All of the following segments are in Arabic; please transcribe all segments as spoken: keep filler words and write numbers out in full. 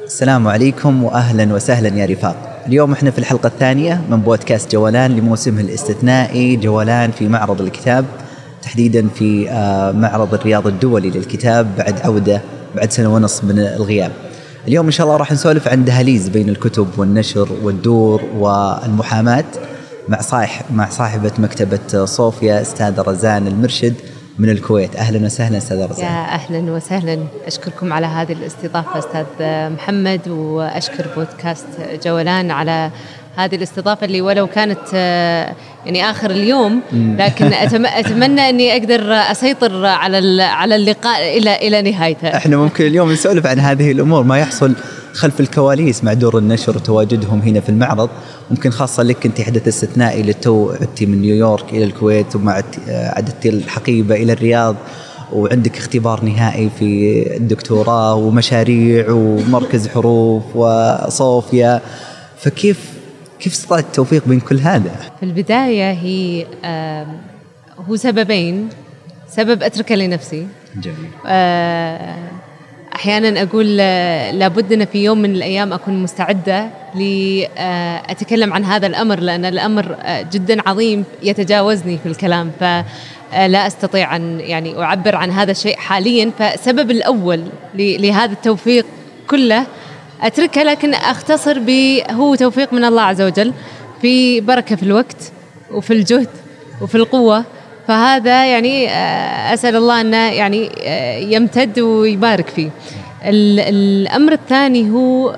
السلام عليكم وأهلا وسهلا يا رفاق. اليوم احنا في الحلقة الثانية من بودكاست جولان لموسمه الاستثنائي، جولان في معرض الكتاب، تحديدا في معرض الرياض الدولي للكتاب بعد عودة بعد سنة ونص من الغياب. اليوم إن شاء الله راح نسولف عن دهاليز بين الكتب والنشر والدور والمحاماة مع صاحب مع صاحبة مكتبة صوفيا أستاذة رزان المرشد من الكويت. أهلا وسهلا أستاذة رزان. يا أهلا وسهلا، أشكركم على هذه الاستضافة أستاذ محمد، وأشكر بودكاست جولان على هذه الاستضافة اللي ولو كانت يعني آخر اليوم، لكن أتمنى أني أقدر أسيطر على على اللقاء إلى إلى نهايته. إحنا ممكن اليوم نسولف عن هذه الأمور، ما يحصل خلف الكواليس مع دور النشر وتواجدهم هنا في المعرض. ممكن خاصة لك أنت حدث استثنائي للتو، عدتي من نيويورك إلى الكويت، ومع عدتي الحقيبة إلى الرياض، وعندك اختبار نهائي في الدكتوراه ومشاريع ومركز حروف وصوفيا. فكيف كيف استطعت التوفيق بين كل هذا؟ في البداية هي هو سببين. سبب أتركه لنفسي. جميل. أحيانا أقول لابد أن في يوم من الأيام أكون مستعدة لأتكلم عن هذا الأمر، لأن الأمر جدا عظيم يتجاوزني في الكلام، فلا أستطيع أن يعني أعبر عن هذا الشيء حاليا. فسبب الأول لهذا التوفيق كله أتركه، لكن أختصر به هو توفيق من الله عز وجل، في بركة في الوقت وفي الجهد وفي القوة. فهذا يعني أسأل الله أنه يعني يمتد ويبارك فيه. الأمر الثاني هو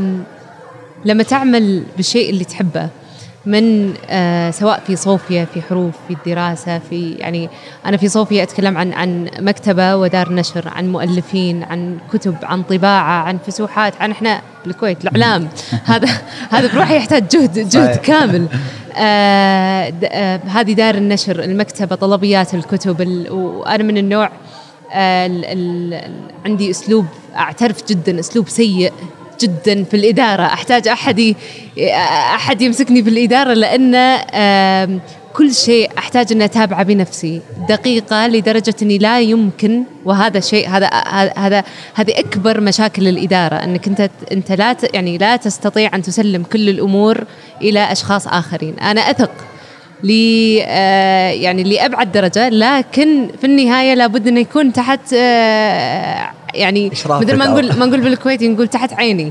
لما تعمل بالشيء اللي تحبه، من سواء في صوفيا، في حروف، في الدراسة، في يعني أنا في صوفيا أتكلم عن عن مكتبة ودار نشر، عن مؤلفين، عن كتب، عن طباعة، عن فسوحات، عن إحنا بالكويت الإعلام. هذا هذا بروحه يحتاج جهد جهد كامل. آه آه هذه دار النشر، المكتبة، طلبيات الكتب. وأنا من النوع آه ال ال عندي أسلوب أعترف جدا أسلوب سيء جدا في الإدارة. أحتاج أحد أحد يمسكني في الإدارة، لأن آه كل شيء أحتاج أن أتابعه بنفسي دقيقة، لدرجة أني لا يمكن، وهذا شيء هذا هذا هذه أكبر مشاكل الإدارة، أنك أنت أنت لا يعني لا تستطيع أن تسلم كل الأمور إلى أشخاص آخرين. أنا أثق لي آه يعني لأبعد درجة، لكن في النهاية لابد أن يكون تحت آه يعني مثل ما نقول ما نقول بالكويت نقول تحت عيني.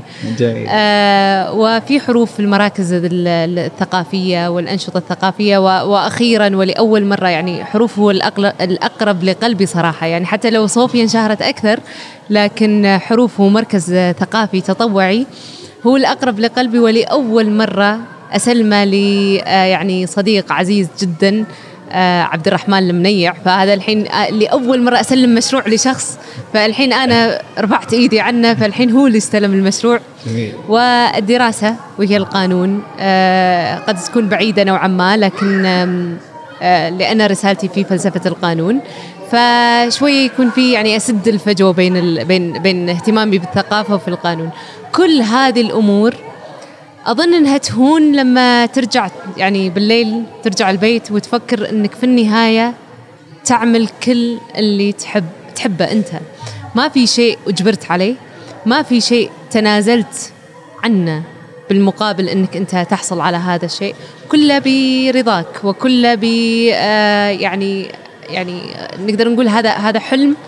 آه وفي حروف في المراكز الثقافية والأنشطة الثقافية، وأخيرا ولأول مرة يعني حروف هو الأقرب لقلبي صراحة. يعني حتى لو صوفيا انشهرت أكثر، لكن حروف هو مركز ثقافي تطوعي هو الأقرب لقلبي. ولأول مرة أسلمه لي يعني صديق عزيز جدا، آه عبد الرحمن المنيع. فهذا الحين آه لأول مرة أسلم مشروع لشخص، فالحين أنا رفعت إيدي عنه، فالحين هو اللي استلم المشروع. جميل. والدراسة وهي القانون، آه قد تكون بعيدة نوعا ما، لكن آه لأن رسالتي في فلسفة القانون، فشوي يكون في يعني أسد الفجوة بين ال بين بين اهتمامي بالثقافة وفي القانون. كل هذه الأمور أظن أنها تهون لما ترجع يعني بالليل ترجع البيت وتفكر أنك في النهاية تعمل كل اللي تحب تحبه أنت. ما في شيء أجبرت عليه، ما في شيء تنازلت عنه بالمقابل أنك أنت تحصل على هذا الشيء. كله برضاك، وكله ب آه يعني يعني نقدر نقول هذا هذا حلم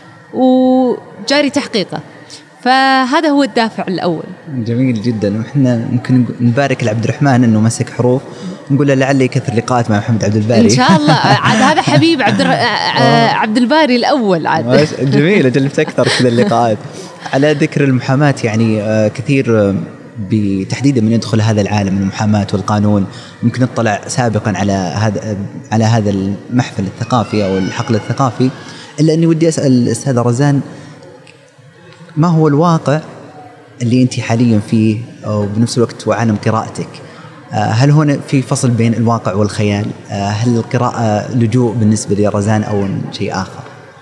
وجاري تحقيقه. فهذا هو الدافع الأول. جميل جدا. وإحنا ممكن نبارك لعبد الرحمن إنه مسك حروف، نقول له لعله يكثر لقاءات مع محمد عبد الباري إن شاء الله. عاد هذا حبيب عبد عبد الباري الأول. عاد جميل، أجلبت أكثر كذا اللقاءات. على ذكر المحاماة، يعني كثير بتحديدا من يدخل هذا العالم المحاماة والقانون ممكن نطلع سابقا على هذا على هذا المحفل الثقافي أو الحقل الثقافي، إلا أني ودي أسأل الأستاذة رزان، ما هو الواقع اللي أنت حاليا فيه وبنفس الوقت وعالم قراءتك؟ هل هنا في فصل بين الواقع والخيال؟ هل القراءة لجوء بالنسبة لرزان أو شيء آخر؟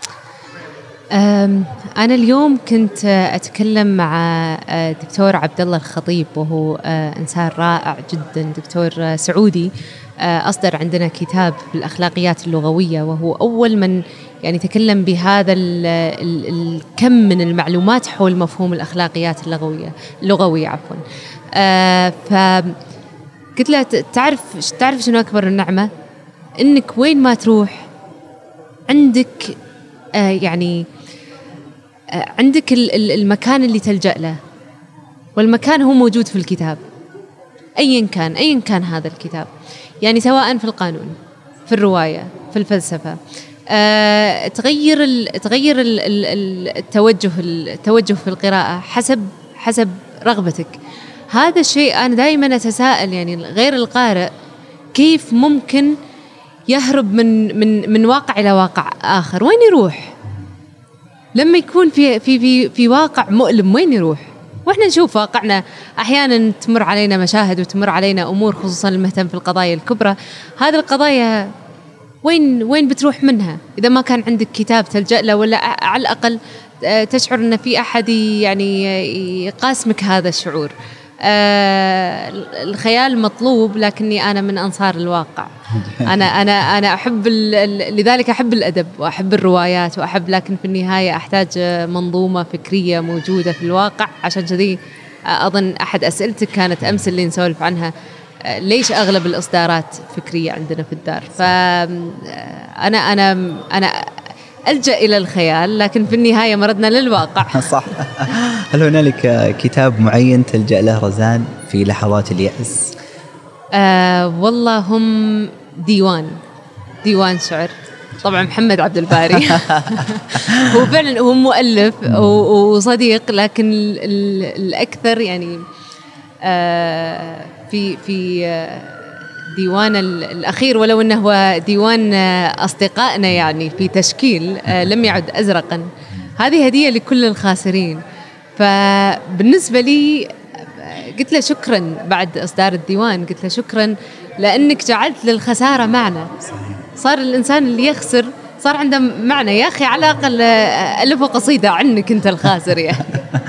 أنا اليوم كنت أتكلم مع دكتور عبد الله الخطيب، وهو إنسان رائع جدا، دكتور سعودي، أصدر عندنا كتاب في الأخلاقيات اللغوية، وهو أول من يعني تكلم بهذا ال ال الكم من المعلومات حول مفهوم الأخلاقيات اللغوية اللغوية عفوا. آه فقلت له تعرف تعرف شنو أكبر النعمة؟ إنك وين ما تروح عندك آه يعني آه عندك ال ال المكان اللي تلجأ له، والمكان هو موجود في الكتاب أيا كان أيا كان هذا الكتاب، يعني سواء في القانون، في الرواية، في الفلسفة. أه تغير ال تغير ال ال التوجه التوجه في القراءة حسب حسب رغبتك. هذا الشيء أنا دائما أتساءل، يعني غير القارئ كيف ممكن يهرب من من من واقع إلى واقع آخر؟ وين يروح لما يكون في في في في واقع مؤلم؟ وين يروح؟ وإحنا نشوف واقعنا أحيانا تمر علينا مشاهد وتمر علينا أمور، خصوصا المهتم في القضايا الكبرى. هذه القضايا وين وين بتروح منها إذا ما كان عندك كتاب تلجأ له، ولا على الأقل تشعر أن في أحد يعني يقاسمك هذا الشعور. آه الخيال مطلوب، لكني أنا من أنصار الواقع. أنا أنا أنا أحب لذلك أحب الأدب وأحب الروايات وأحب، لكن في النهاية أحتاج منظومة فكرية موجودة في الواقع. عشان كذي أظن أحد أسئلتك كانت أمس اللي نسولف عنها، ليش أغلب الإصدارات فكرية عندنا في الدار؟ فأنا أنا أنا ألجأ إلى الخيال، لكن في النهاية مردنا للواقع. صح. هل هنالك كتاب معين تلجأ له رزان في لحظات اليأس؟ آه والله هم ديوان ديوان شعر. طبعا محمد عبد الباري هو فعلا هو مؤلف وصديق، لكن الأكثر يعني آه في في ديوان الأخير، ولو أنه هو ديوان أصدقائنا يعني في تشكيل، لم يعد أزرقا. هذه هدية لكل الخاسرين. فبالنسبة لي قلت له شكرا بعد إصدار الديوان، قلت له شكرا لأنك جعلت للخسارة معنى. صار الإنسان اللي يخسر صار عنده معنى. يا أخي على الأقل ألفوا قصيدة عنك أنت الخاسر يعني.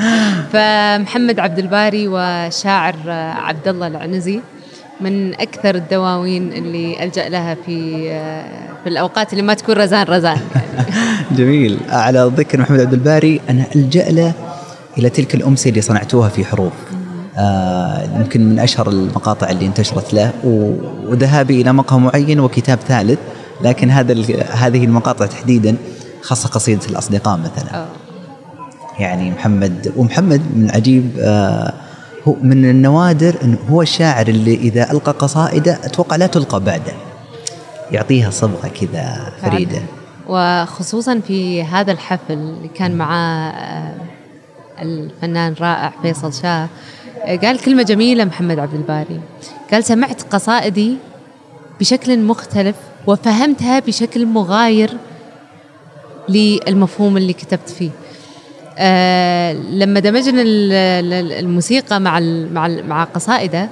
فمحمد عبد الباري وشاعر عبد الله العنزي من أكثر الدواوين اللي ألجأ لها في في الأوقات اللي ما تكون رزان رزان يعني. جميل. على ذكر محمد عبد الباري، أنا ألجأ له إلى تلك الأمسية اللي صنعتوها في حروف. آه يمكن من أشهر المقاطع اللي انتشرت له، وذهابي إلى مقهى معين وكتاب ثالث، لكن هذا هذه المقاطع تحديدا خاصة قصيدة الأصدقاء مثلا. أوه. يعني محمد ومحمد من عجيب، آه هو من النوادر إنه هو الشاعر اللي إذا ألقى قصائده أتوقع لا تلقى بعده، يعطيها صبغة كذا فريدة. وخصوصا في هذا الحفل اللي كان معاه الفنان رائع فيصل شاه، قال كلمة جميلة محمد عبد الباري، قال سمعت قصائدي بشكل مختلف وفهمتها بشكل مغاير للمفهوم اللي كتبت فيه. آه لما دمجنا الموسيقى مع مع مع قصائده،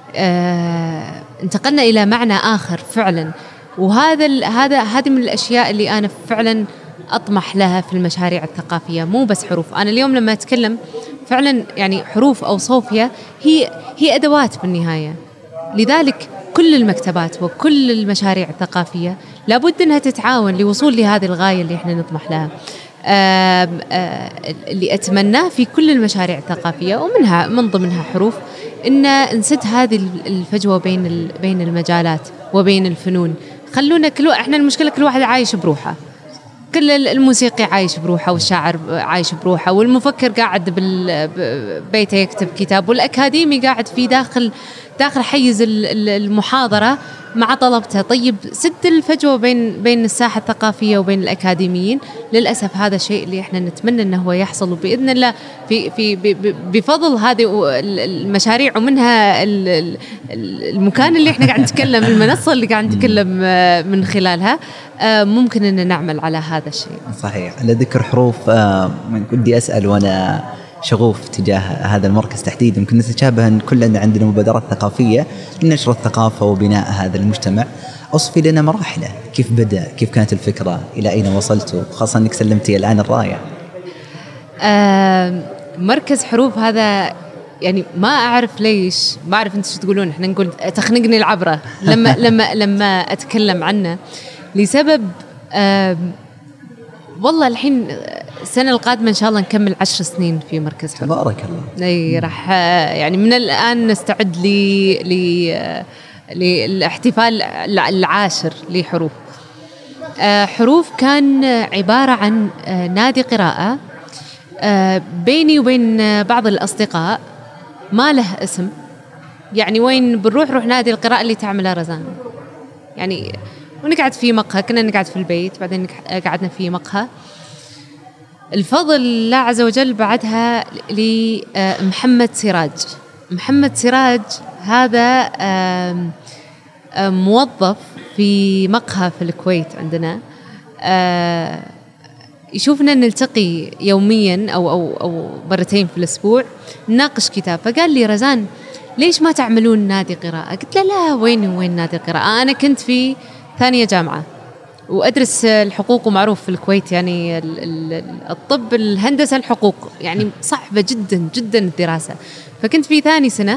آه انتقلنا إلى معنى آخر فعلا. وهذا هذا هذه من الأشياء اللي أنا فعلا أطمح لها في المشاريع الثقافية، مو بس حروف. أنا اليوم لما أتكلم فعلا يعني حروف أو صوفيا هي هي أدوات بالنهاية. لذلك كل المكتبات وكل المشاريع الثقافية لابد أنها تتعاون لوصول لهذه الغاية اللي إحنا نطمح لها. آه آه اللي أتمناه في كل المشاريع الثقافية ومنها من ضمنها حروف، إن نسد هذه الفجوة بين بين المجالات وبين الفنون. خلونا كل إحنا المشكلة كل واحد عايش بروحه، كل الموسيقي عايش بروحه، والشاعر عايش بروحه، والمفكر قاعد بالبيت يكتب كتاب، والأكاديمي قاعد في داخل داخل حيز المحاضرة مع طلبته. طيب سد الفجوة بين بين الساحة الثقافية وبين الأكاديميين. للأسف هذا الشيء اللي احنا نتمنى أنه هو يحصل، وبإذن الله في في بفضل هذه المشاريع ومنها المكان اللي احنا قاعد نتكلم، المنصة اللي قاعد نتكلم من خلالها، ممكن أن نعمل على هذا الشيء. صحيح. على ذكر حروف، ودي أسأل وأنا شغوف تجاه هذا المركز تحديدا، يمكن نتشابه أن كلنا عندنا مبادرات ثقافية لنشر الثقافة وبناء هذا المجتمع. أوصفي لنا مراحله، كيف بدأ، كيف كانت الفكرة، إلى أين وصلتوا، خاصة أنك سلمتي الآن الراية. آه مركز حروف هذا يعني ما أعرف ليش، ما أعرف أنت شو تقولون، إحنا نقول تخنقني العبرة لما لما لما أتكلم عنه، لسبب آه والله الحين السنة القادمة إن شاء الله نكمل عشر سنين في مركز حروف. تبارك الله. أي راح يعني من الآن نستعد ل ل للاحتفال العاشر لحروف. حروف كان عبارة عن نادي قراءة بيني وبين بعض الأصدقاء، ما له اسم، يعني وين بنروح روح نادي القراءة اللي تعمله رزان، يعني ونقعد في مقهى، كنا نقعد في البيت بعدين قعدنا في مقهى. الفضل الله عز وجل بعدها لمحمد سراج. محمد سراج هذا موظف في مقهى في الكويت عندنا، يشوفنا نلتقي يوميا أو أو أو مرتين في الأسبوع نناقش كتاب، فقال لي رزان ليش ما تعملون نادي قراءة؟ قلت له لا، وين وين نادي قراءة، أنا كنت في ثانية جامعة وأدرس الحقوق، ومعروف في الكويت يعني الطب الهندسة الحقوق يعني صعبة جدا جدا الدراسة، فكنت في ثاني سنة.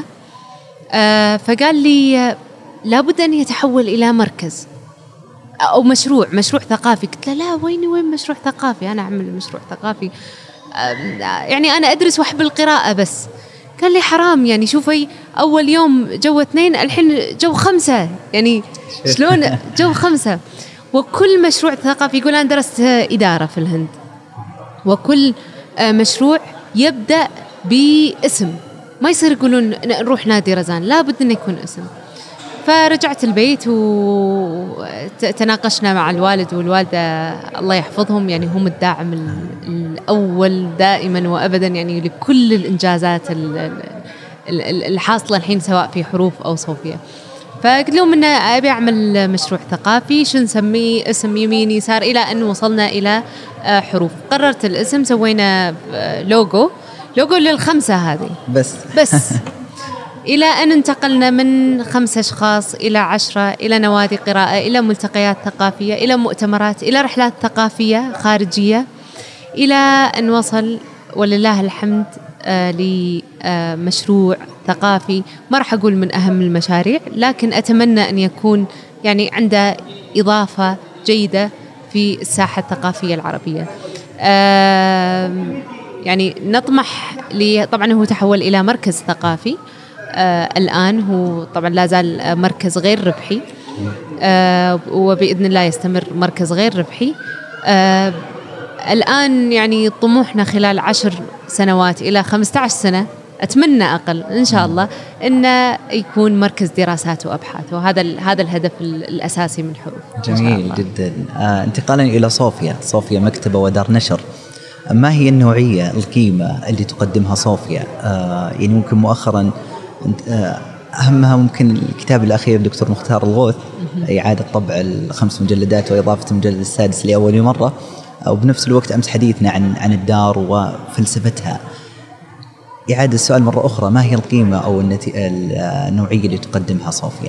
فقال لي لابد أن يتحول إلى مركز أو مشروع مشروع ثقافي. قلت له لا، وين وين مشروع ثقافي، أنا أعمل مشروع ثقافي يعني أنا أدرس وأحب القراءة بس. قال لي حرام يعني، شوفي أول يوم جو اثنين الحين جو خمسة، يعني شلون جو خمسة؟ وكل مشروع ثقافي، يقول أنا درست إدارة في الهند، وكل مشروع يبدأ باسم، ما يصير يقولون نروح نادي رزان، لابد أن يكون اسم. فرجعت البيت وتناقشنا مع الوالد والوالدة الله يحفظهم، يعني هم الداعم الأول دائما وأبدا يعني لكل الإنجازات الحاصلة الحين سواء في حروف أو صوفيا. فقلت لهم إن أبي أعمل مشروع ثقافي، شو نسميه، اسم يمين يسار، إلى أن وصلنا إلى حروف. قررت الاسم، سوينا لوجو لوجو للخمسة هذه بس بس إلى أن انتقلنا من خمسة أشخاص إلى عشرة، إلى نوادي قراءة، إلى ملتقيات ثقافية، إلى مؤتمرات، إلى رحلات ثقافية خارجية، إلى أن وصل ولله الحمد آه لمشروع ثقافي. ما راح أقول من أهم المشاريع، لكن أتمنى أن يكون يعني عنده إضافة جيدة في الساحة الثقافية العربية. آه يعني نطمح لي، طبعا هو تحول إلى مركز ثقافي آه الآن، هو طبعا لا زال مركز غير ربحي، آه وبإذن الله يستمر مركز غير ربحي. آه الآن يعني طموحنا خلال عشر سنوات إلى خمسة عشر سنة، أتمنى أقل إن شاء الله، إنه يكون مركز دراسات وأبحاث، وهذا هذا الهدف الأساسي من حروف. جميل جدا. آه انتقالا إلى صوفيا، صوفيا مكتبة ودار نشر، ما هي النوعية القيمة اللي تقدمها صوفيا؟ آه يعني ممكن مؤخرا آه أهمها ممكن الكتاب الأخير دكتور مختار الغوث، إعادة طبع الخمس مجلدات وإضافة المجلد السادس لأول مرة، وبنفس الوقت أمس حديثنا عن عن الدار وفلسفتها. إعادة السؤال مرة أخرى، ما هي القيمة أو النوعية اللي تقدمها صوفيا؟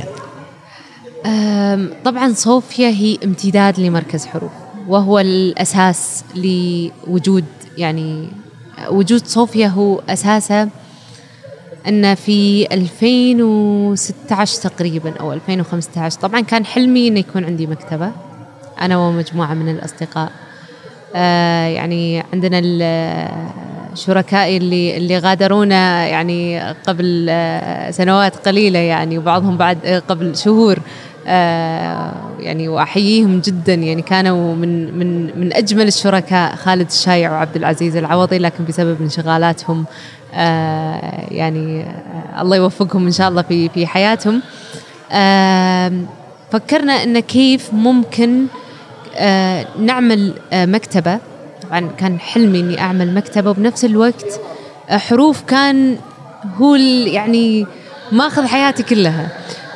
طبعا صوفيا هي امتداد لمركز حروف، وهو الأساس لوجود يعني وجود صوفيا. هو أساسه أن في ألفين وستة عشر تقريبا أو ألفين وخمسة عشر، طبعا كان حلمي أن يكون عندي مكتبة أنا ومجموعة من الأصدقاء. آه يعني عندنا الشركاء اللي اللي غادرونا يعني قبل آه سنوات قليلة يعني، وبعضهم بعد قبل شهور، آه يعني وأحييهم جدا، يعني كانوا من من من أجمل الشركاء، خالد الشايع وعبد العزيز العوضي، لكن بسبب انشغالاتهم آه يعني آه الله يوفقهم إن شاء الله في في حياتهم. آه فكرنا إن كيف ممكن آه نعمل آه مكتبة. طبعا كان حلمي إني أعمل مكتبة، وبنفس الوقت آه حروف كان هو يعني ماخذ حياتي كلها.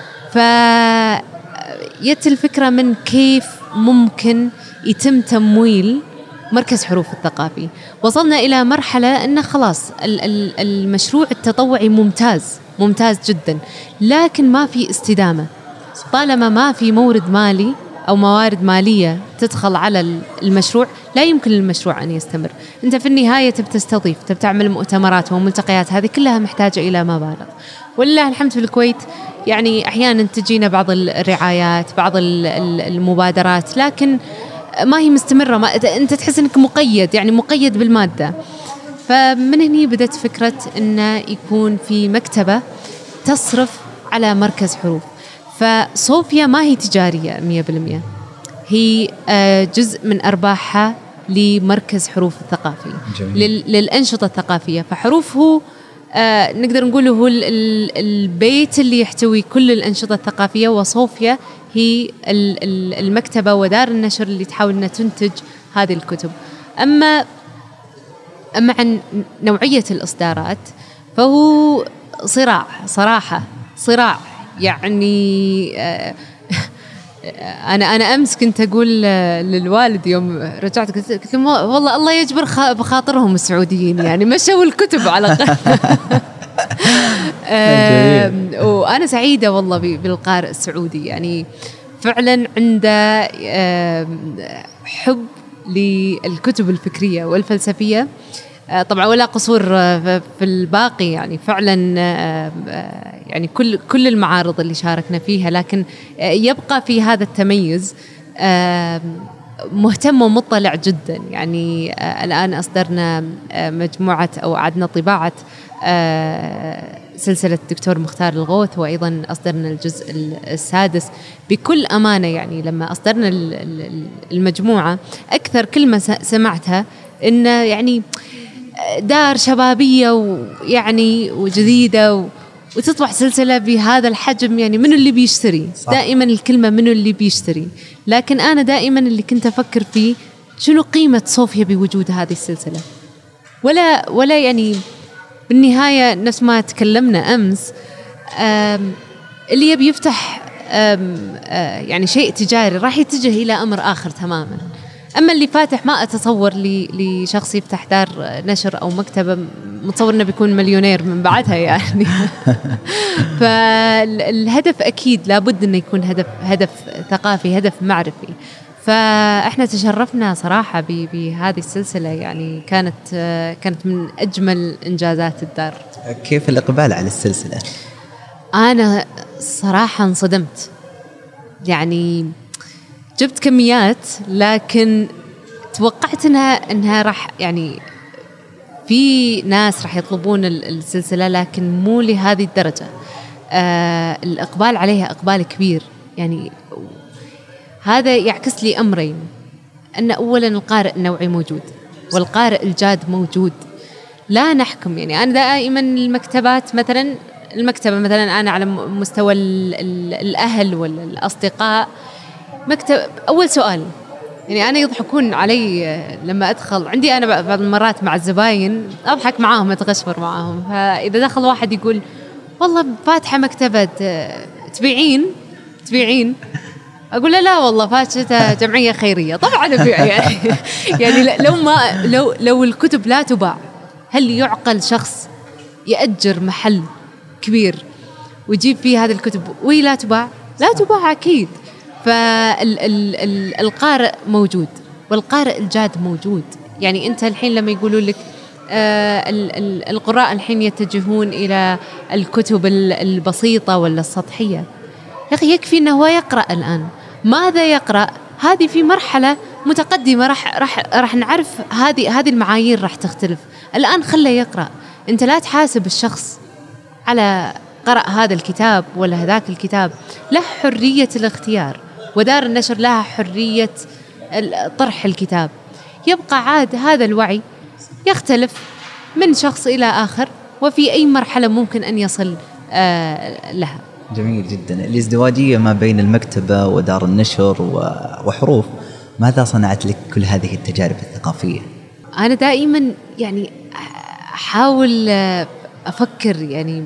فجت الفكرة من كيف ممكن يتم تمويل مركز حروف الثقافي. وصلنا إلى مرحلة أنه خلاص المشروع التطوعي ممتاز ممتاز جدا، لكن ما في استدامة. طالما ما في مورد مالي أو موارد مالية تدخل على المشروع، لا يمكن للمشروع أن يستمر. أنت في النهاية تبتستضيف، تبتعمل مؤتمرات وملتقيات، هذه كلها محتاجة إلى مبالغ. ولله الحمد في الكويت يعني أحيانا تجينا بعض الرعايات، بعض المبادرات، لكن ما هي مستمرة، ما أنت تحس أنك مقيد، يعني مقيد بالمادة. فمن هنا بدأت فكرة أنه يكون في مكتبة تصرف على مركز حروف. فصوفيا ما هي تجارية مية بالمية، هي جزء من أرباحها لمركز حروف الثقافي للأنشطة الثقافية. فحروف هو آه نقدر نقول هو البيت اللي يحتوي كل الأنشطة الثقافية، وصوفيا هي المكتبة ودار النشر اللي تحاول أن تنتج هذه الكتب. أما أما عن نوعية الإصدارات فهو صراع، صراحة صراع يعني. آه أنا أنا أمس كنت أقول للوالد يوم رجعت، قلت له والله الله يجبر بخاطرهم السعوديين، يعني مشوا الكتب على الأقل. وأنا سعيدة والله بالقارئ السعودي، يعني فعلا عنده حب للكتب الفكرية والفلسفية. طبعا ولا قصور في الباقي، يعني فعلا يعني كل كل المعارض اللي شاركنا فيها، لكن يبقى في هذا التميز. مهتم ومطلع جدا، يعني الآن أصدرنا مجموعة أو أعدنا طباعة سلسلة الدكتور مختار الغوث، وأيضا أصدرنا الجزء السادس. بكل أمانة يعني لما أصدرنا المجموعة أكثر كلمة سمعتها إن يعني دار شبابية ويعني وجديدة و... وتطبع سلسلة بهذا الحجم، يعني منو اللي بيشتري؟ صح. دائما الكلمة منو اللي بيشتري، لكن أنا دائما اللي كنت أفكر فيه شنو قيمة صوفيا بوجود هذه السلسلة. ولا ولا يعني بالنهاية نفس ما تكلمنا أمس، اللي يبي يفتح يعني شيء تجاري راح يتجه إلى أمر آخر تماما. أما اللي فاتح ما أتصور لي لشخص يفتح دار نشر أو مكتبة متصور إنه بيكون مليونير من بعدها يعني. فالهدف أكيد لابد إنه يكون هدف هدف ثقافي، هدف معرفي. فإحنا تشرفنا صراحة بهذه السلسلة، يعني كانت كانت من أجمل إنجازات الدار. كيف الإقبال على السلسلة؟ أنا صراحة انصدمت، يعني جبت كميات لكن توقعت انها انها راح يعني في ناس راح يطلبون السلسلة، لكن مو لهذه الدرجة. آه الإقبال عليها إقبال كبير، يعني هذا يعكس لي أمرين: أن أولا القارئ النوعي موجود، والقارئ الجاد موجود. لا نحكم، يعني أنا دائما المكتبات مثلا المكتبة مثلا أنا على مستوى الأهل والأصدقاء، مكتب أول سؤال يعني أنا يضحكون علي لما أدخل عندي أنا بعض المرات مع الزباين أضحك معاهم أتغشمر معاهم. فإذا دخل واحد يقول والله فاتحة مكتبة تبيعين تبيعين أقول له لا والله فاتحة جمعية خيرية. طبعا أبيع يعني. يعني لو ما لو لو الكتب لا تباع، هل يعقل شخص يأجر محل كبير ويجيب فيه هذه الكتب وهي لا تباع؟ لا تباع أكيد. فالقارئ موجود والقارئ الجاد موجود. يعني أنت الحين لما يقولوا لك آه القراء الحين يتجهون إلى الكتب البسيطة ولا السطحية، يا أخي يكفي أنه هو يقرأ الآن. ماذا يقرأ؟ هذه في مرحلة متقدمة راح راح راح نعرف هذه هذه المعايير راح تختلف. الآن خليه يقرأ. أنت لا تحاسب الشخص على قرأ هذا الكتاب ولا هذاك الكتاب، له حرية الاختيار، ودار النشر لها حرية طرح الكتاب. يبقى عاد هذا الوعي يختلف من شخص إلى آخر، وفي أي مرحلة ممكن أن يصل آه لها. جميل جدا. الازدواجية ما بين المكتبة ودار النشر وحروف، ماذا صنعت لك كل هذه التجارب الثقافية؟ أنا دائما يعني أحاول أفكر، يعني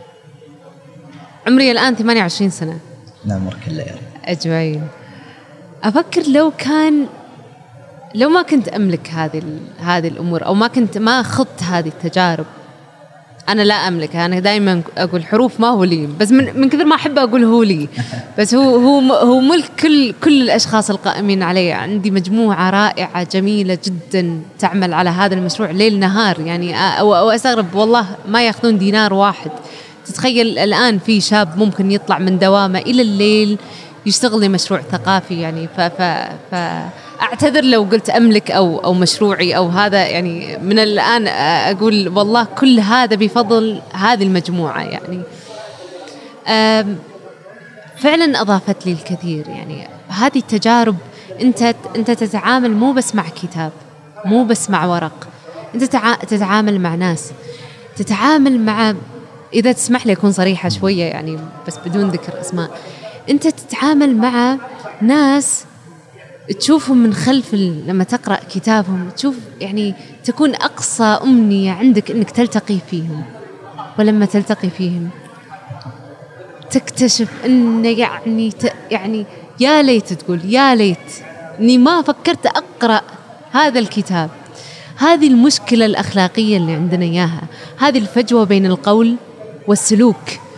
عمري الآن ثمانية وعشرين سنة. لا عمرك إلا يا رب. أجمعين. أفكر لو كان لو ما كنت أملك هذه هذه الأمور، أو ما كنت ما خضت هذه التجارب. أنا لا أملكها. أنا دائما أقول حروف ما هو لي، بس من من كثر ما أحب أقول هو لي، بس هو هو هو ملك كل كل الأشخاص القائمين عليه. عندي مجموعة رائعة جميلة جدا تعمل على هذا المشروع ليل نهار، يعني أو أستغرب والله ما يأخذون دينار واحد. تتخيل الآن في شاب ممكن يطلع من دوامه إلى الليل يشتغل لمشروع ثقافي، يعني ف ف أعتذر لو قلت أملك أو أو مشروعي أو هذا، يعني من الآن أقول والله كل هذا بفضل هذه المجموعة. يعني فعلا أضافت لي الكثير. يعني هذه التجارب، أنت أنت تتعامل مو بس مع كتاب، مو بس مع ورق، أنت تتعامل مع ناس، تتعامل مع، إذا تسمح لي أكون صريحة شوية يعني بس بدون ذكر أسماء، أنت تتعامل مع ناس تشوفهم من خلف لما تقرأ كتابهم، تشوف يعني تكون أقصى أمنية عندك أنك تلتقي فيهم، ولما تلتقي فيهم تكتشف أن يعني ت... يعني يا ليت تقول يا ليت أني ما فكرت أقرأ هذا الكتاب. هذه المشكلة الأخلاقية اللي عندنا إياها، هذه الفجوة بين القول والسلوك.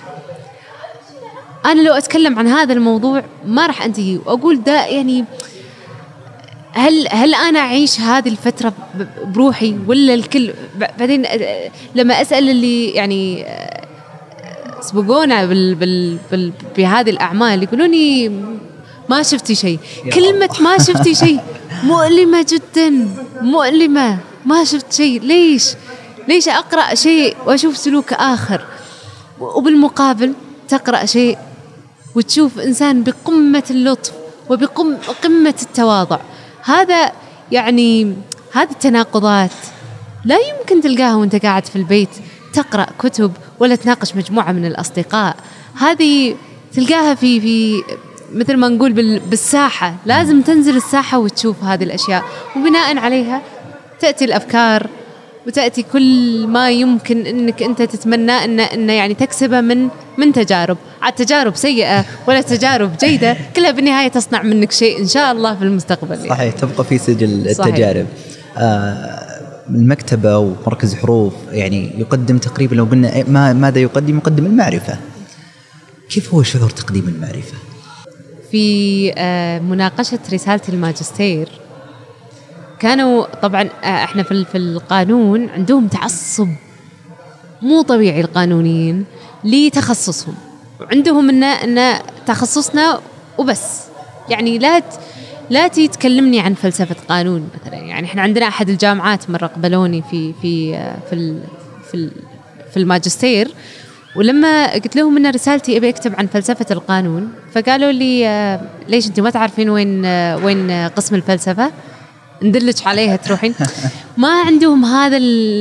أنا لو أتكلم عن هذا الموضوع ما راح أنتهي وأقول ده، يعني هل هل أنا أعيش هذه الفترة بروحي ولا الكل؟ بعدين لما أسأل اللي يعني سبقونا بال بال بال بهذه الأعمال يقولوني ما شفتي شيء. كلمة ما شفتي شيء مؤلمة جدا، مؤلمة. ما شفت شيء، ليش ليش أقرأ شيء وأشوف سلوك آخر؟ وبالمقابل تقرأ شيء وتشوف إنسان بقمة اللطف وبقمة التواضع. هذا يعني هذه التناقضات لا يمكن تلقاها وانت قاعد في البيت تقرأ كتب ولا تناقش مجموعة من الأصدقاء. هذه تلقاها في في مثل ما نقول بالساحة، لازم تنزل الساحة وتشوف هذه الأشياء، وبناء عليها تأتي الأفكار وتأتي كل ما يمكن أنك أنت تتمنى أن أن يعني تكسبه من من تجارب، على تجارب سيئة ولا تجارب جيدة، كلها بالنهاية تصنع منك شيء إن شاء الله في المستقبل. صحيح يعني. تبقى في سجل التجارب. آه المكتبة ومركز حروف يعني يقدم تقريبا، لو قلنا ما ماذا يقدم، يقدم المعرفة. كيف هو شعور تقديم المعرفة؟ في آه مناقشة رسالة الماجستير كانوا طبعا احنا في في القانون عندهم تعصب مو طبيعي القانونيين لتخصصهم، وعندهم ان ان تخصصنا وبس. يعني لا لا تتكلمني عن فلسفة قانون مثلا. يعني احنا عندنا احد الجامعات مرة قبلوني في في في في في الماجستير، ولما قلت لهم ان رسالتي ابي اكتب عن فلسفة القانون، فقالوا لي ليش انتم ما تعرفين وين وين قسم الفلسفة ندلج عليها تروحين؟ ما عندهم هذا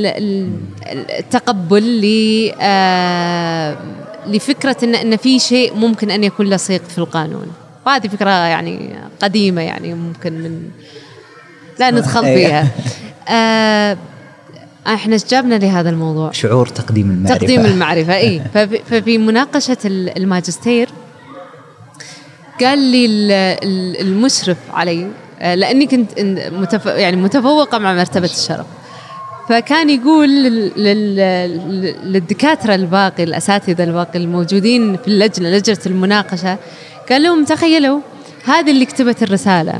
التقبل لفكرة إن إن في شيء ممكن أن يكون لصيق في القانون. وهذه فكرة يعني قديمة، يعني ممكن من لا ندخل فيها. آه احنا جابنا لهذا الموضوع شعور تقديم المعرفة. تقديم المعرفة إيه. ففي مناقشة الماجستير قال لي المشرف علي، لأني كنت متف... يعني متفوقة مع مرتبة الشرف، فكان يقول لل... للدكاترة الباقي، الأساتذة الباقي الموجودين في اللجنة، لجنة المناقشة، قال لهم تخيلوا هذه اللي كتبت الرسالة،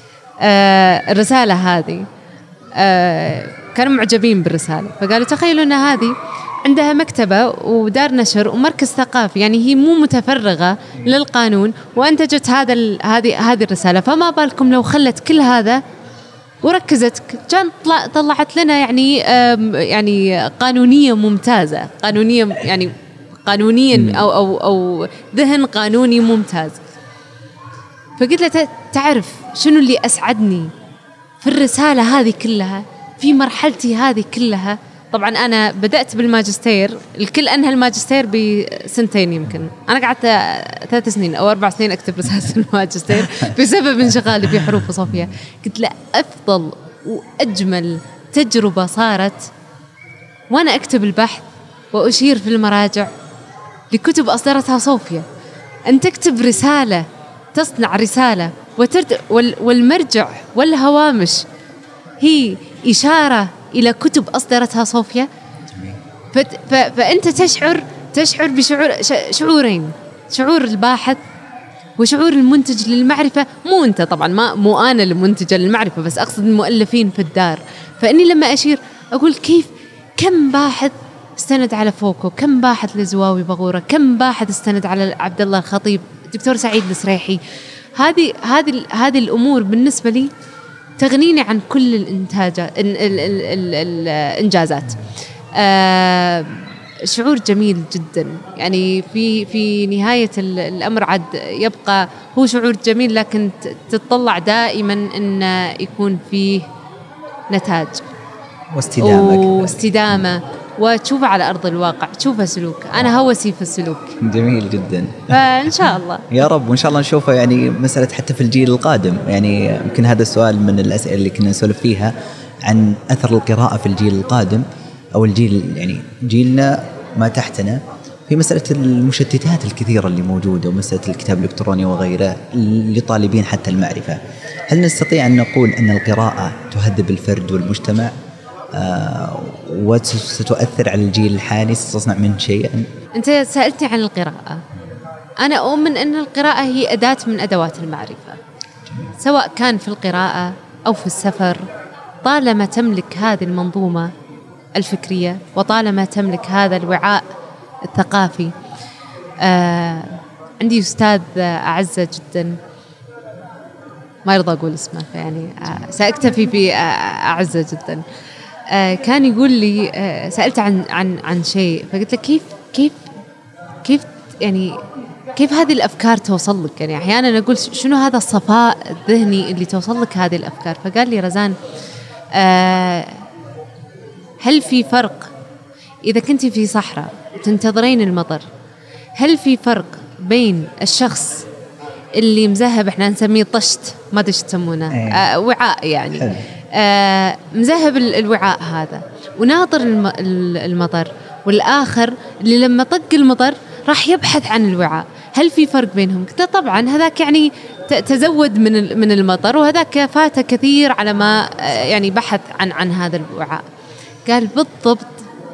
آه الرسالة هذه آه كانوا معجبين بالرسالة، فقالوا تخيلوا أن هذه عندها مكتبة ودار نشر ومركز ثقافي، يعني هي مو متفرغة للقانون وأنتجت هذا هذه هذه الرسالة، فما بالكم لو خلت كل هذا وركزت كان طلعت لنا يعني يعني قانونية ممتازة، قانونية يعني قانونيا أو أو أو ذهن قانوني ممتاز. فقلت له تعرف شنو اللي أسعدني في الرسالة هذه كلها، في مرحلتي هذه كلها. طبعا أنا بدأت بالماجستير، الكل أنهى الماجستير بسنتين، يمكن أنا قعدت ثلاث سنين أو أربع سنين أكتب رسالة الماجستير بسبب انشغالي في حروف صوفيا. قلت لا، أفضل وأجمل تجربة صارت وأنا أكتب البحث وأشير في المراجع لكتب أصدرتها صوفيا. أن تكتب رسالة، تصنع رسالة وترد والمرجع والهوامش هي إشارة إلى كتب أصدرتها صوفيا، فأنت تشعر تشعر بشعور شعورين، شعور الباحث وشعور المنتج للمعرفة. مو أنت طبعا، ما مو أنا المنتجة للمعرفة، بس أقصد المؤلفين في الدار. فإني لما أشير أقول كيف كم باحث استند على فوكو، كم باحث لزواوي بغورة، كم باحث استند على عبد الله الخطيب، دكتور سعيد السريحي. هذه هذه هذه الأمور بالنسبة لي تغنيني عن كل الإنتاجات ال ال ال ال الإنجازات. آه شعور جميل جدا، يعني في في نهاية الأمر عاد يبقى هو شعور جميل، لكن تتطلع دائما أن يكون فيه نتاج واستدامة واستدامة وتشوفه على أرض الواقع، تشوفه سلوك. أنا هوسي في السلوك. جميل جدا. فإن شاء الله يا رب، وإن شاء الله نشوفه يعني مسألة حتى في الجيل القادم. يعني يمكن هذا السؤال من الأسئلة اللي كنا نسولف فيها عن أثر القراءة في الجيل القادم أو الجيل يعني جيلنا ما تحتنا، في مسألة المشتتات الكثيرة اللي موجودة ومسألة الكتاب الإلكتروني وغيره لطالبين حتى المعرفة. هل نستطيع أن نقول أن القراءة تهذب الفرد والمجتمع آه وستؤثر على الجيل الحالي، ستصنع منه شيئا؟ أنت سألتني عن القراءة. أنا أؤمن أن القراءة هي أداة من أدوات المعرفة، سواء كان في القراءة أو في السفر، طالما تملك هذه المنظومة الفكرية وطالما تملك هذا الوعاء الثقافي. آه عندي أستاذ أعزة جدا ما يرضى أقول اسمه، يعني آه سأكتفي بأعزة جدا. آه كان يقول لي آه سألت عن عن عن شيء، فقلت له كيف كيف كيف يعني كيف هذه الأفكار توصل لك؟ يعني أحيانا أقول شنو هذا الصفاء الذهني اللي توصل لك هذه الأفكار؟ فقال لي رزان آه هل في فرق إذا كنت في صحراء تنتظرين المطر، هل في فرق بين الشخص اللي مذهب، احنا نسميه طشت، ما ادري ايش تسمونه، آه وعاء يعني، آه مذهب الوعاء هذا وناطر المطر، والآخر اللي لما طق المطر راح يبحث عن الوعاء، هل في فرق بينهم؟ قلت طبعا هذاك يعني تزود من من المطر، وهذاك فات كثير على ما يعني بحث عن عن هذا الوعاء. قال بالضبط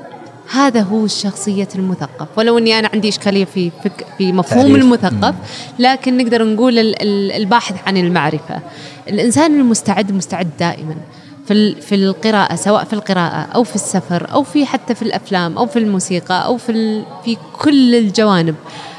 هذا هو الشخصية المثقف، ولو أني أنا عندي إشكالية في فك في مفهوم تعريف. المثقف، لكن نقدر نقول الباحث عن المعرفة. الإنسان المستعد مستعد دائما في في القراءة، سواء في القراءة أو في السفر أو في حتى في الأفلام أو في الموسيقى أو في في كل الجوانب.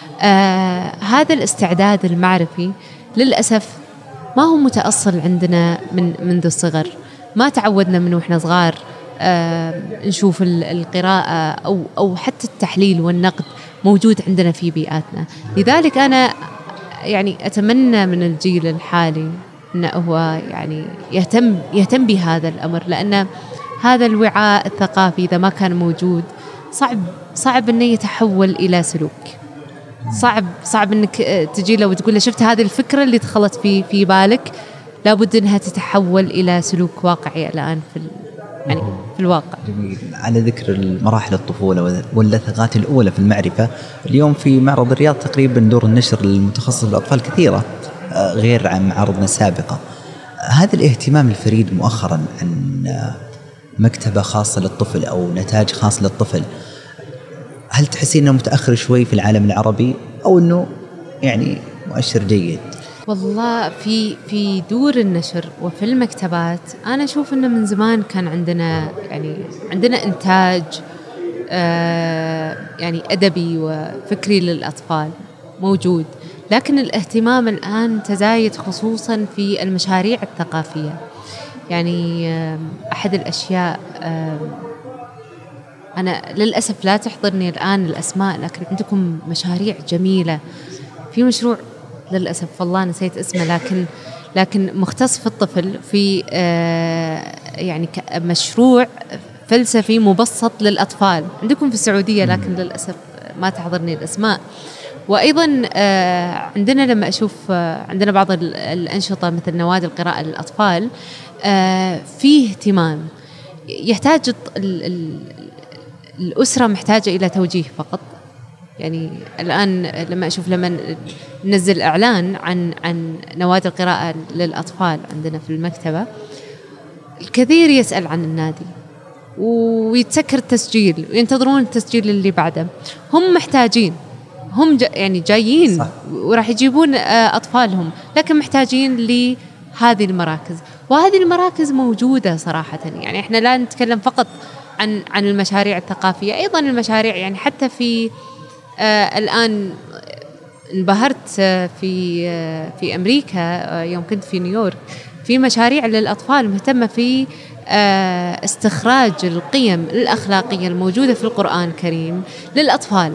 آه هذا الاستعداد المعرفي للأسف ما هو متأصل عندنا من منذ الصغر، ما تعودنا من وإحنا صغار آه نشوف القراءة أو أو حتى التحليل والنقد موجود عندنا في بيئاتنا. لذلك أنا يعني أتمنى من الجيل الحالي أنه هو يعني يهتم يهتم بهذا الأمر، لأن هذا الوعاء الثقافي إذا ما كان موجود صعب صعب أنه يتحول إلى سلوك. صعب صعب أنك تجي له وتقول له شفت هذه الفكرة اللي دخلت في في بالك، لابد أنها تتحول إلى سلوك واقعي الآن في يعني في الواقع. جميل. على ذكر المراحل الطفولة واللثغات الأولى في المعرفة، اليوم في معرض الرياض تقريبا دور النشر المتخصص بالأطفال كثيرة غير عن معارضنا السابقة. هذا الاهتمام الفريد مؤخرا عن مكتبة خاصة للطفل أو نتاج خاص للطفل، هل تحسين أنه متأخر شوي في العالم العربي أو أنه يعني مؤشر جيد؟ والله في في دور النشر وفي المكتبات أنا أشوف أنه من زمان كان عندنا يعني عندنا إنتاج آه يعني أدبي وفكري للأطفال موجود، لكن الاهتمام الآن تزايد خصوصا في المشاريع الثقافية. يعني آه أحد الأشياء آه أنا للأسف لا تحضرني الآن الأسماء، لكن عندكم مشاريع جميلة. في مشروع للأسف والله نسيت اسمه، لكن لكن مختص في الطفل، في آه يعني مشروع فلسفي مبسط للأطفال عندكم في السعودية، لكن للأسف ما تحضرني الأسماء. وأيضا آه عندنا لما أشوف آه عندنا بعض الأنشطة مثل نوادي القراءة للأطفال، آه فيه اهتمام، يحتاج الأسرة محتاجة إلى توجيه فقط. يعني الآن لما أشوف لما ننزل إعلان عن عن نوادي القراءة للأطفال عندنا في المكتبة، الكثير يسأل عن النادي ويتسكر التسجيل وينتظرون التسجيل اللي بعده. هم محتاجين، هم جا يعني جايين وراح يجيبون أطفالهم، لكن محتاجين لهذه المراكز، وهذه المراكز موجودة صراحة. يعني إحنا لا نتكلم فقط عن عن المشاريع الثقافية، أيضا المشاريع يعني حتى في آه الآن انبهرت في آه في أمريكا آه يوم كنت في نيويورك، في مشاريع للأطفال مهتمة في استخراج القيم الأخلاقية الموجودة في القرآن الكريم للأطفال.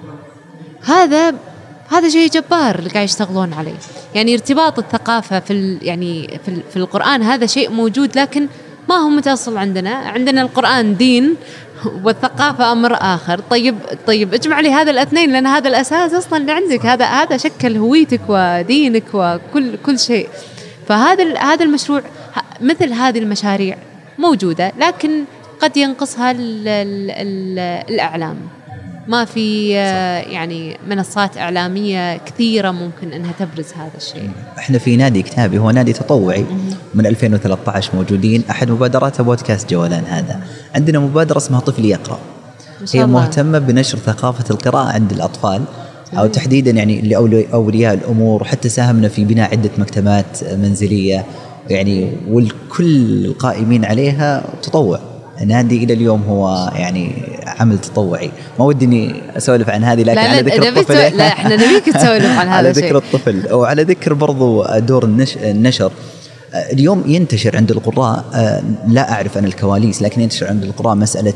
هذا هذا شيء جبار اللي قاعد يشتغلون عليه. يعني ارتباط الثقافة في يعني في, في القرآن هذا شيء موجود، لكن ما هو متأصل عندنا. عندنا القرآن دين والثقافة أمر آخر. طيب طيب اجمع لي هذا الاثنين، لأن هذا الأساس أصلا اللي عندك، هذا هذا شكل هويتك ودينك وكل كل شيء. فهذا هذا المشروع، مثل هذه المشاريع موجودة، لكن قد ينقصها ال ال ال الإعلام. ما في يعني منصات إعلامية كثيرة ممكن أنها تبرز هذا الشيء. احنا في نادي كتابي، هو نادي تطوعي من ألفين وثلاثة عشر موجودين. أحد مبادرات بودكاست جولان هذا. عندنا مبادرة اسمها طفل يقرأ، هي مهتمة بنشر ثقافة القراءة عند الأطفال، أو تحديدا يعني لأولياء الأمور. وحتى ساهمنا في بناء عدة مكتبات منزلية يعني، والكل القائمين عليها تطوع. نادي إلى اليوم هو يعني عمل تطوعي. ما ودني أسولف عن هذه، لكن لا على ذكر الطفل لا احنا نبيك تسولف عن هذا على ذكر الطفل وعلى ذكر برضو دور النش... النشر. اليوم ينتشر عند القراء، لا أعرف أنا الكواليس، لكن ينتشر عند القراء مسألة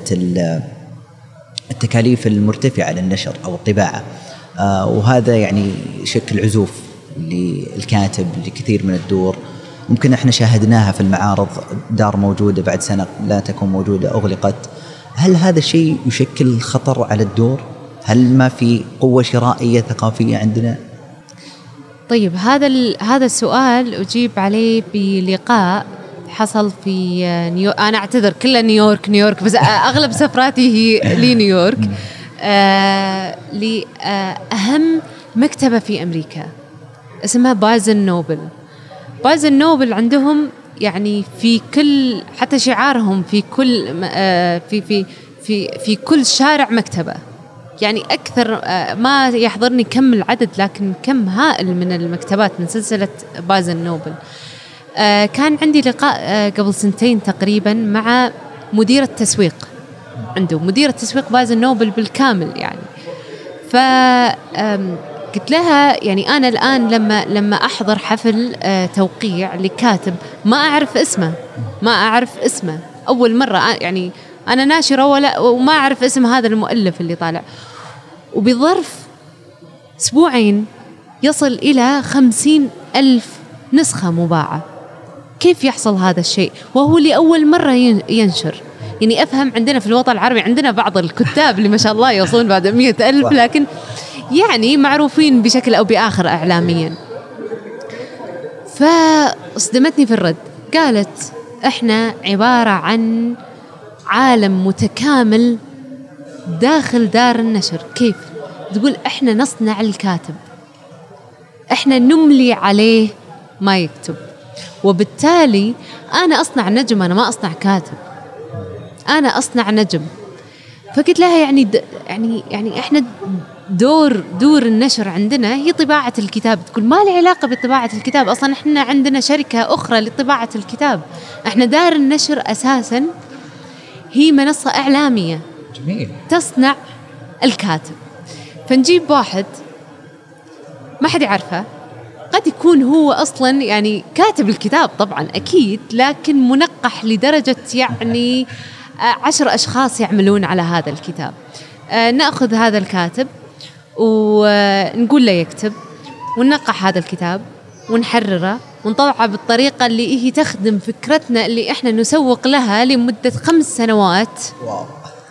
التكاليف المرتفعة للنشر أو الطباعة، وهذا يعني شكل عزوف للكاتب لكثير من الدور. ممكن احنا شاهدناها في المعارض، دار موجودة بعد سنة لا تكون موجودة، أغلقت. هل هذا الشيء يشكل خطر على الدور؟ هل ما في قوة شرائية ثقافية عندنا؟ طيب هذا هذا السؤال أجيب عليه بلقاء حصل في نيويورك. أنا أعتذر كله نيويورك نيويورك بس أغلب سفراتي هي لنيويورك. آه لأهم مكتبة في أمريكا اسمها بارنز اند نوبل. بارنز اند نوبل عندهم يعني في كل، حتى شعارهم في كل آه في في في في كل شارع مكتبة. يعني أكثر آه ما يحضرني كم العدد، لكن كم هائل من المكتبات من سلسلة بارنز اند نوبل. آه كان عندي لقاء آه قبل سنتين تقريبا مع مديرة تسويق عنده، مديرة تسويق بارنز اند نوبل بالكامل يعني. ف قلت لها يعني أنا الآن لما لما أحضر حفل آه توقيع لكاتب ما أعرف اسمه، ما أعرف اسمه أول مرة يعني أنا ناشرة ولا وما أعرف اسم هذا المؤلف اللي طالع، وبظرف أسبوعين يصل إلى خمسين ألف نسخة مباعة. كيف يحصل هذا الشيء وهو لأول مرة ينشر؟ يعني أفهم عندنا في الوطن العربي عندنا بعض الكتاب اللي ما شاء الله يوصلون بعد مئة ألف، لكن يعني معروفين بشكل أو بآخر إعلاميا. فاصدمتني في الرد، قالت إحنا عبارة عن عالم متكامل داخل دار النشر. كيف؟ تقول إحنا نصنع الكاتب، إحنا نملي عليه ما يكتب، وبالتالي أنا أصنع نجم، أنا ما أصنع كاتب، أنا أصنع نجم. فقلت لها يعني يعني يعني إحنا دور دور النشر عندنا هي طباعة الكتاب. تقول ما له علاقة بطباعة الكتاب، أصلا إحنا عندنا شركة أخرى لطباعة الكتاب. إحنا دار النشر أساسا هي منصة إعلامية جميل تصنع الكاتب. فنجيب واحد ما حد يعرفه، قد يكون هو أصلا يعني كاتب الكتاب طبعا أكيد، لكن منقح لدرجة يعني عشر أشخاص يعملون على هذا الكتاب. نأخذ هذا الكاتب ونقول له يكتب، وننقح هذا الكتاب ونحرره ونطبعه بالطريقة اللي هي تخدم فكرتنا اللي إحنا نسوق لها لمدة خمس سنوات. واو.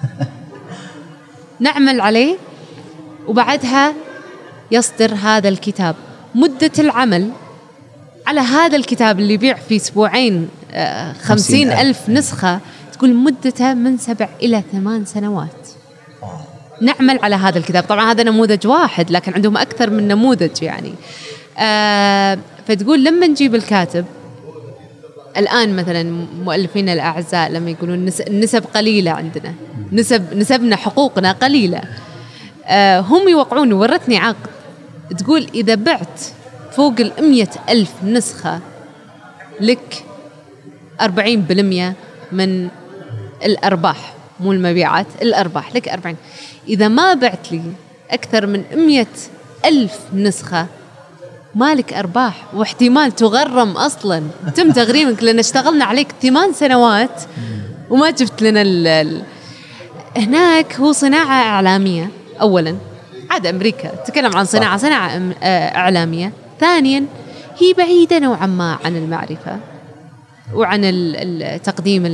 نعمل عليه، وبعدها يصدر هذا الكتاب. مدة العمل على هذا الكتاب اللي يبيع في أسبوعين خمسين ألف نسخة تقول مدته من سبع إلى ثمان سنوات. نعمل على هذا الكتاب. طبعا هذا نموذج واحد، لكن عندهم أكثر من نموذج يعني. آه فتقول لما نجيب الكاتب الآن مثلا مؤلفين الأعزاء لما يقولون النسب قليلة عندنا، نسب نسبنا حقوقنا قليلة، آه هم يوقعون. ورتني عقد تقول إذا بعت فوق المية ألف نسخة لك أربعين بالمية من الأرباح، مو المبيعات، الأرباح لك أربعين. إذا ما بعت لي أكثر من مية ألف نسخة مالك أرباح واحتمال تغرم أصلا، تم تغريمك لأن اشتغلنا عليك ثمان سنوات وما جبت لنا ال ال هناك هو صناعة إعلامية أولا، عاد أمريكا تتكلم عن صناعة صناعة إعلامية. ثانيا هي بعيدة نوعا ما عن المعرفة وعن التقديم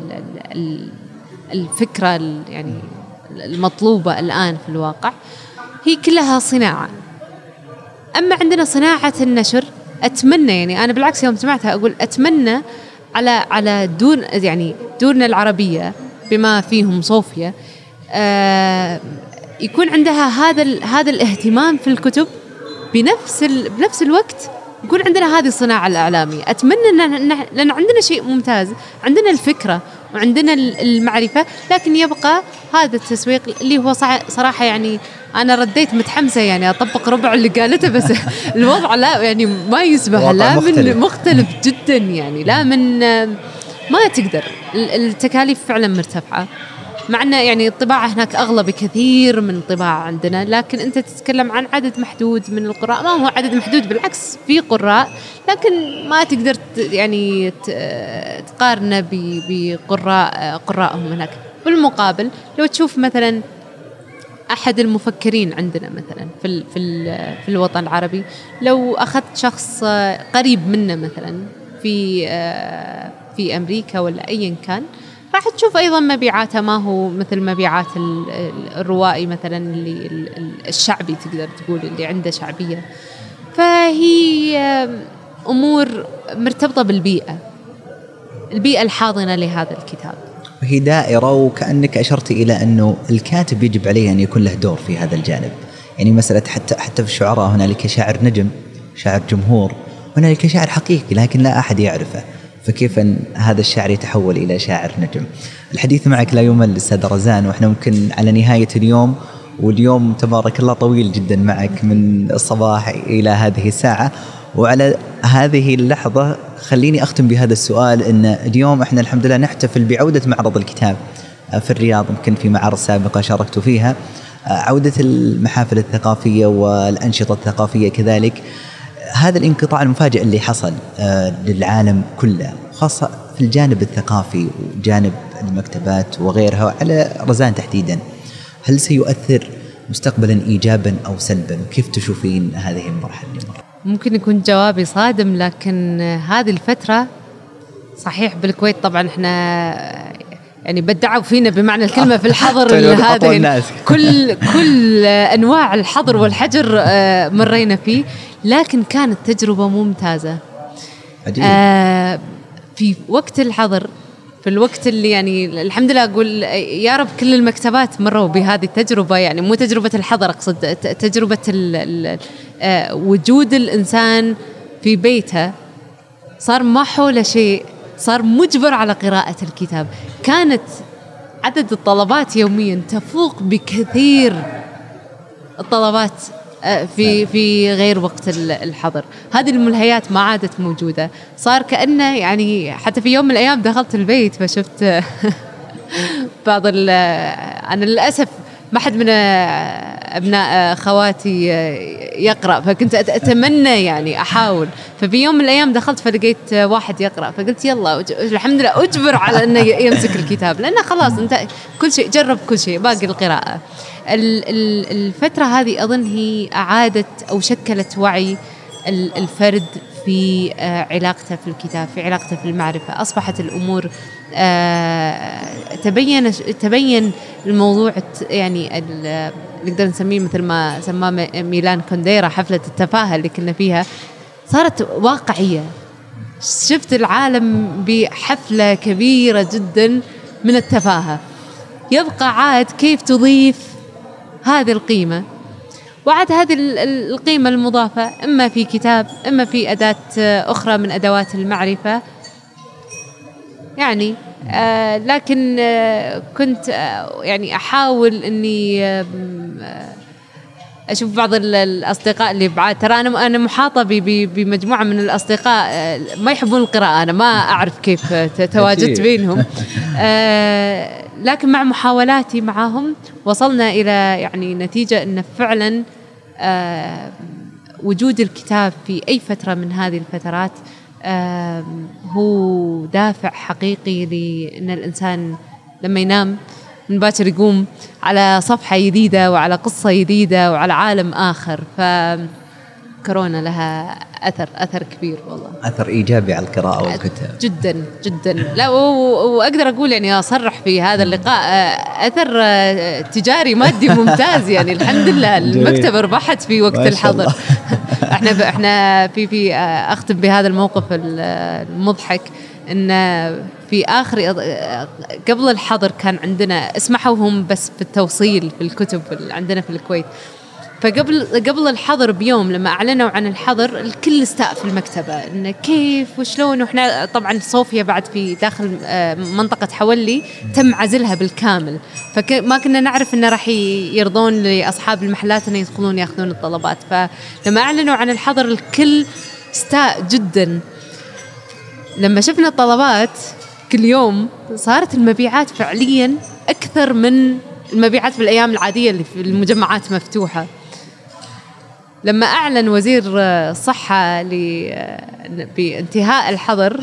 الفكرة يعني المطلوبة الآن في الواقع، هي كلها صناعة. أما عندنا صناعة النشر، أتمنى يعني أنا بالعكس يوم سمعتها أقول أتمنى على على دون يعني دورنا العربية بما فيهم صوفيا آه يكون عندها هذا هذا الاهتمام في الكتب، بنفس ال بنفس الوقت يكون عندنا هذه الصناعة الإعلامية. أتمنى أن لأن عندنا شيء ممتاز، عندنا الفكرة وعندنا المعرفة، لكن يبقى هذا التسويق اللي هو صراحة يعني أنا رديت متحمسة يعني أطبق ربع اللي قالته، بس الوضع لا يعني ما يسمح، لا مختلف. من مختلف جدا يعني، لا من ما تقدر، التكاليف فعلا مرتفعة، مع أن يعني الطباعة هناك أغلى بكثير من الطباعة عندنا، لكن أنت تتكلم عن عدد محدود من القراء، ما هو عدد محدود بالعكس في قراء، لكن ما تقدر يعني تقارنه بقراء قراءهم هناك. بالمقابل لو تشوف مثلا أحد المفكرين عندنا مثلا في في في الوطن العربي، لو أخذت شخص قريب منا مثلا في في أمريكا ولا أيا كان، راح تشوف أيضا مبيعاته ما هو مثل مبيعات الروائي مثلا اللي الشعبي تقدر تقول اللي عنده شعبية. فهي أمور مرتبطة بالبيئة، البيئة الحاضنة لهذا الكتاب، وهي دائرة. وكأنك أشرت إلى أنه الكاتب يجب عليه أن يكون له دور في هذا الجانب. يعني مسألة حتى حتى في الشعراء هنالك شاعر نجم، شاعر جمهور، هنالك شاعر حقيقي لكن لا أحد يعرفه، فكيف أن هذا الشاعر يتحول إلى شاعر نجم؟ الحديث معك لا يمل أستاذ رزان، وإحنا ممكن على نهاية اليوم، واليوم تبارك الله طويل جدا معك من الصباح إلى هذه الساعة. وعلى هذه اللحظة خليني أختم بهذا السؤال، إن اليوم إحنا الحمد لله نحتفل بعودة معرض الكتاب في الرياض، يمكن في معارض سابقة شاركت فيها، عودة المحافل الثقافية والأنشطة الثقافية كذلك. هذا الانقطاع المفاجئ اللي حصل للعالم كله، خاصة في الجانب الثقافي وجانب المكتبات وغيرها، على رزان تحديدا، هل سيؤثر مستقبلا إيجابا أو سلبا؟ كيف تشوفين هذه المرحلة؟ ممكن يكون جوابي صادم، لكن هذه الفترة صحيح بالكويت طبعا احنا يعني بدعوا فينا بمعنى الكلمة في الحظر هذا، كل كل أنواع الحظر والحجر مرينا فيه، لكن كانت تجربة ممتازة. آه في وقت الحظر، في الوقت اللي يعني الحمد لله أقول يا رب كل المكتبات مروا بهذه التجربة، يعني مو تجربة الحظر، أقصد تجربة ال ال آه وجود الإنسان في بيته، صار ما حوله شيء، صار مجبر على قراءة الكتاب. كانت عدد الطلبات يوميا تفوق بكثير الطلبات في في غير وقت الحظر. هذه الملهيات ما عادت موجودة، صار كأنه يعني حتى في يوم من الأيام دخلت البيت فشفت بعض أنا للأسف ما حد من أبناء خواتي يقرأ، فكنت أتمنى يعني أحاول، ففي يوم من الأيام دخلت فلقيت واحد يقرأ، فقلت يلا الحمد لله أجبر على أنه يمسك الكتاب، لأنه خلاص أنت كل شيء جرب كل شيء، باقي القراءة. الفترة هذه أظن هي أعادت أو شكلت وعي الفرد في علاقته في الكتاب، في علاقته في المعرفة. أصبحت الأمور تبين تبين الموضوع يعني نقدر نسميه مثل ما سماه ميلان كونديرا حفلة التفاهة اللي كنا فيها، صارت واقعية. شفت العالم بحفلة كبيرة جدا من التفاهة، يبقى عاد كيف تضيف هذه القيمة، وعد هذه القيمة المضافة إما في كتاب إما في أداة أخرى من أدوات المعرفة يعني. آه لكن آه كنت آه يعني أحاول أني آه أشوف بعض الأصدقاء اللي بعاد، ترى أنا أنا محاطة بمجموعة من الأصدقاء آه ما يحبون القراءة، أنا ما أعرف كيف تواجدت بينهم، آه لكن مع محاولاتي معهم وصلنا إلى يعني نتيجة أن فعلا آه وجود الكتاب في أي فترة من هذه الفترات هو دافع حقيقي لأن الإنسان لما ينام من باكر يقوم على صفحة جديدة وعلى قصة جديدة وعلى عالم آخر. فكورونا لها أثر أثر كبير والله، أثر إيجابي على القراءة والكتاب جدا جدا. لا وأقدر أقول يعني أصرح في هذا اللقاء أثر تجاري مادي ممتاز يعني الحمد لله. المكتبة ربحت في وقت الحظر. احنا احنا في في أختم بهذا الموقف المضحك ان في اخر قبل الحظر كان عندنا اسمحوا هم بس في التوصيل في الكتب عندنا في الكويت. فقبل قبل الحظر بيوم لما اعلنوا عن الحظر الكل استاء في المكتبه انه كيف وشلون. واحنا طبعا صوفيا بعد في داخل منطقه حولي تم عزلها بالكامل، فما كنا نعرف انه راح يرضون لاصحاب المحلات انه يدخلون ياخذون الطلبات. فلما اعلنوا عن الحظر الكل استاء جدا. لما شفنا الطلبات كل يوم صارت المبيعات فعليا أكثر من المبيعات في الأيام العادية اللي في المجمعات مفتوحة. لما أعلن وزير الصحة بانتهاء الحظر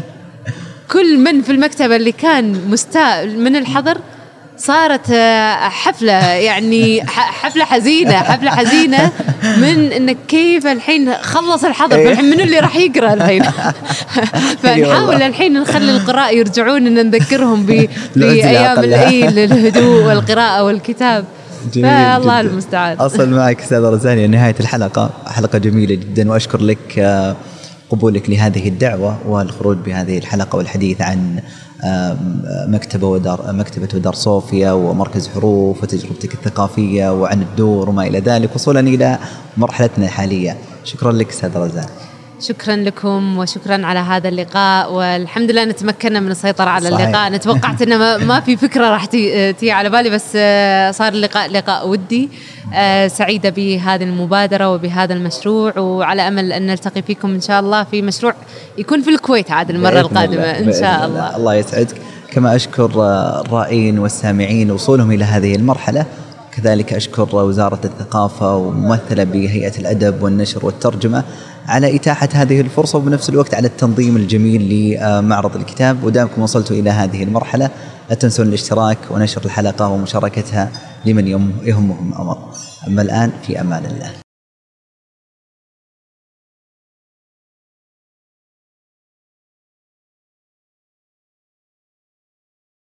كل من في المكتبة اللي كان مستاء من الحظر صارت حفلة يعني حفلة حزينة حفلة حزينة من إنك كيف الحين خلص الحظر الحين منو اللي راح يقرأ الحين. فنحاول الحين نخلي القراء يرجعون إن نذكرهم بأيام الهدوء والقراءة والكتاب. فالله المستعان. أصل معك أستاذ رزان نهاية الحلقة، حلقة جميلة جدا وأشكر لك قبولك لهذه الدعوة والخروج بهذه الحلقة والحديث عن مكتبة ودار مكتبة ودار صوفيا ومركز حروف وتجربتك الثقافية وعن الدور وما إلى ذلك وصولا إلى مرحلتنا الحالية. شكرا لك أستاذ رزان. شكرا لكم وشكرا على هذا اللقاء، والحمد لله نتمكنا من السيطرة على صحيح. اللقاء أنا توقعت إنه ما في فكرة راح تي على بالي، بس صار اللقاء لقاء ودي. سعيدة بهذه المبادرة وبهذا المشروع، وعلى أمل أن نلتقي فيكم إن شاء الله في مشروع يكون في الكويت عاد المرة القادمة إن شاء الله. الله يسعدك. كما أشكر الرائين والسامعين وصولهم إلى هذه المرحلة، كذلك أشكر وزارة الثقافة وممثلة بهيئة الأدب والنشر والترجمة على إتاحة هذه الفرصة، وبنفس الوقت على التنظيم الجميل لمعرض الكتاب. ودامكم وصلتوا إلى هذه المرحلة لا تنسون الاشتراك ونشر الحلقة ومشاركتها لمن يهمهم أمر. أما الآن في أمان الله.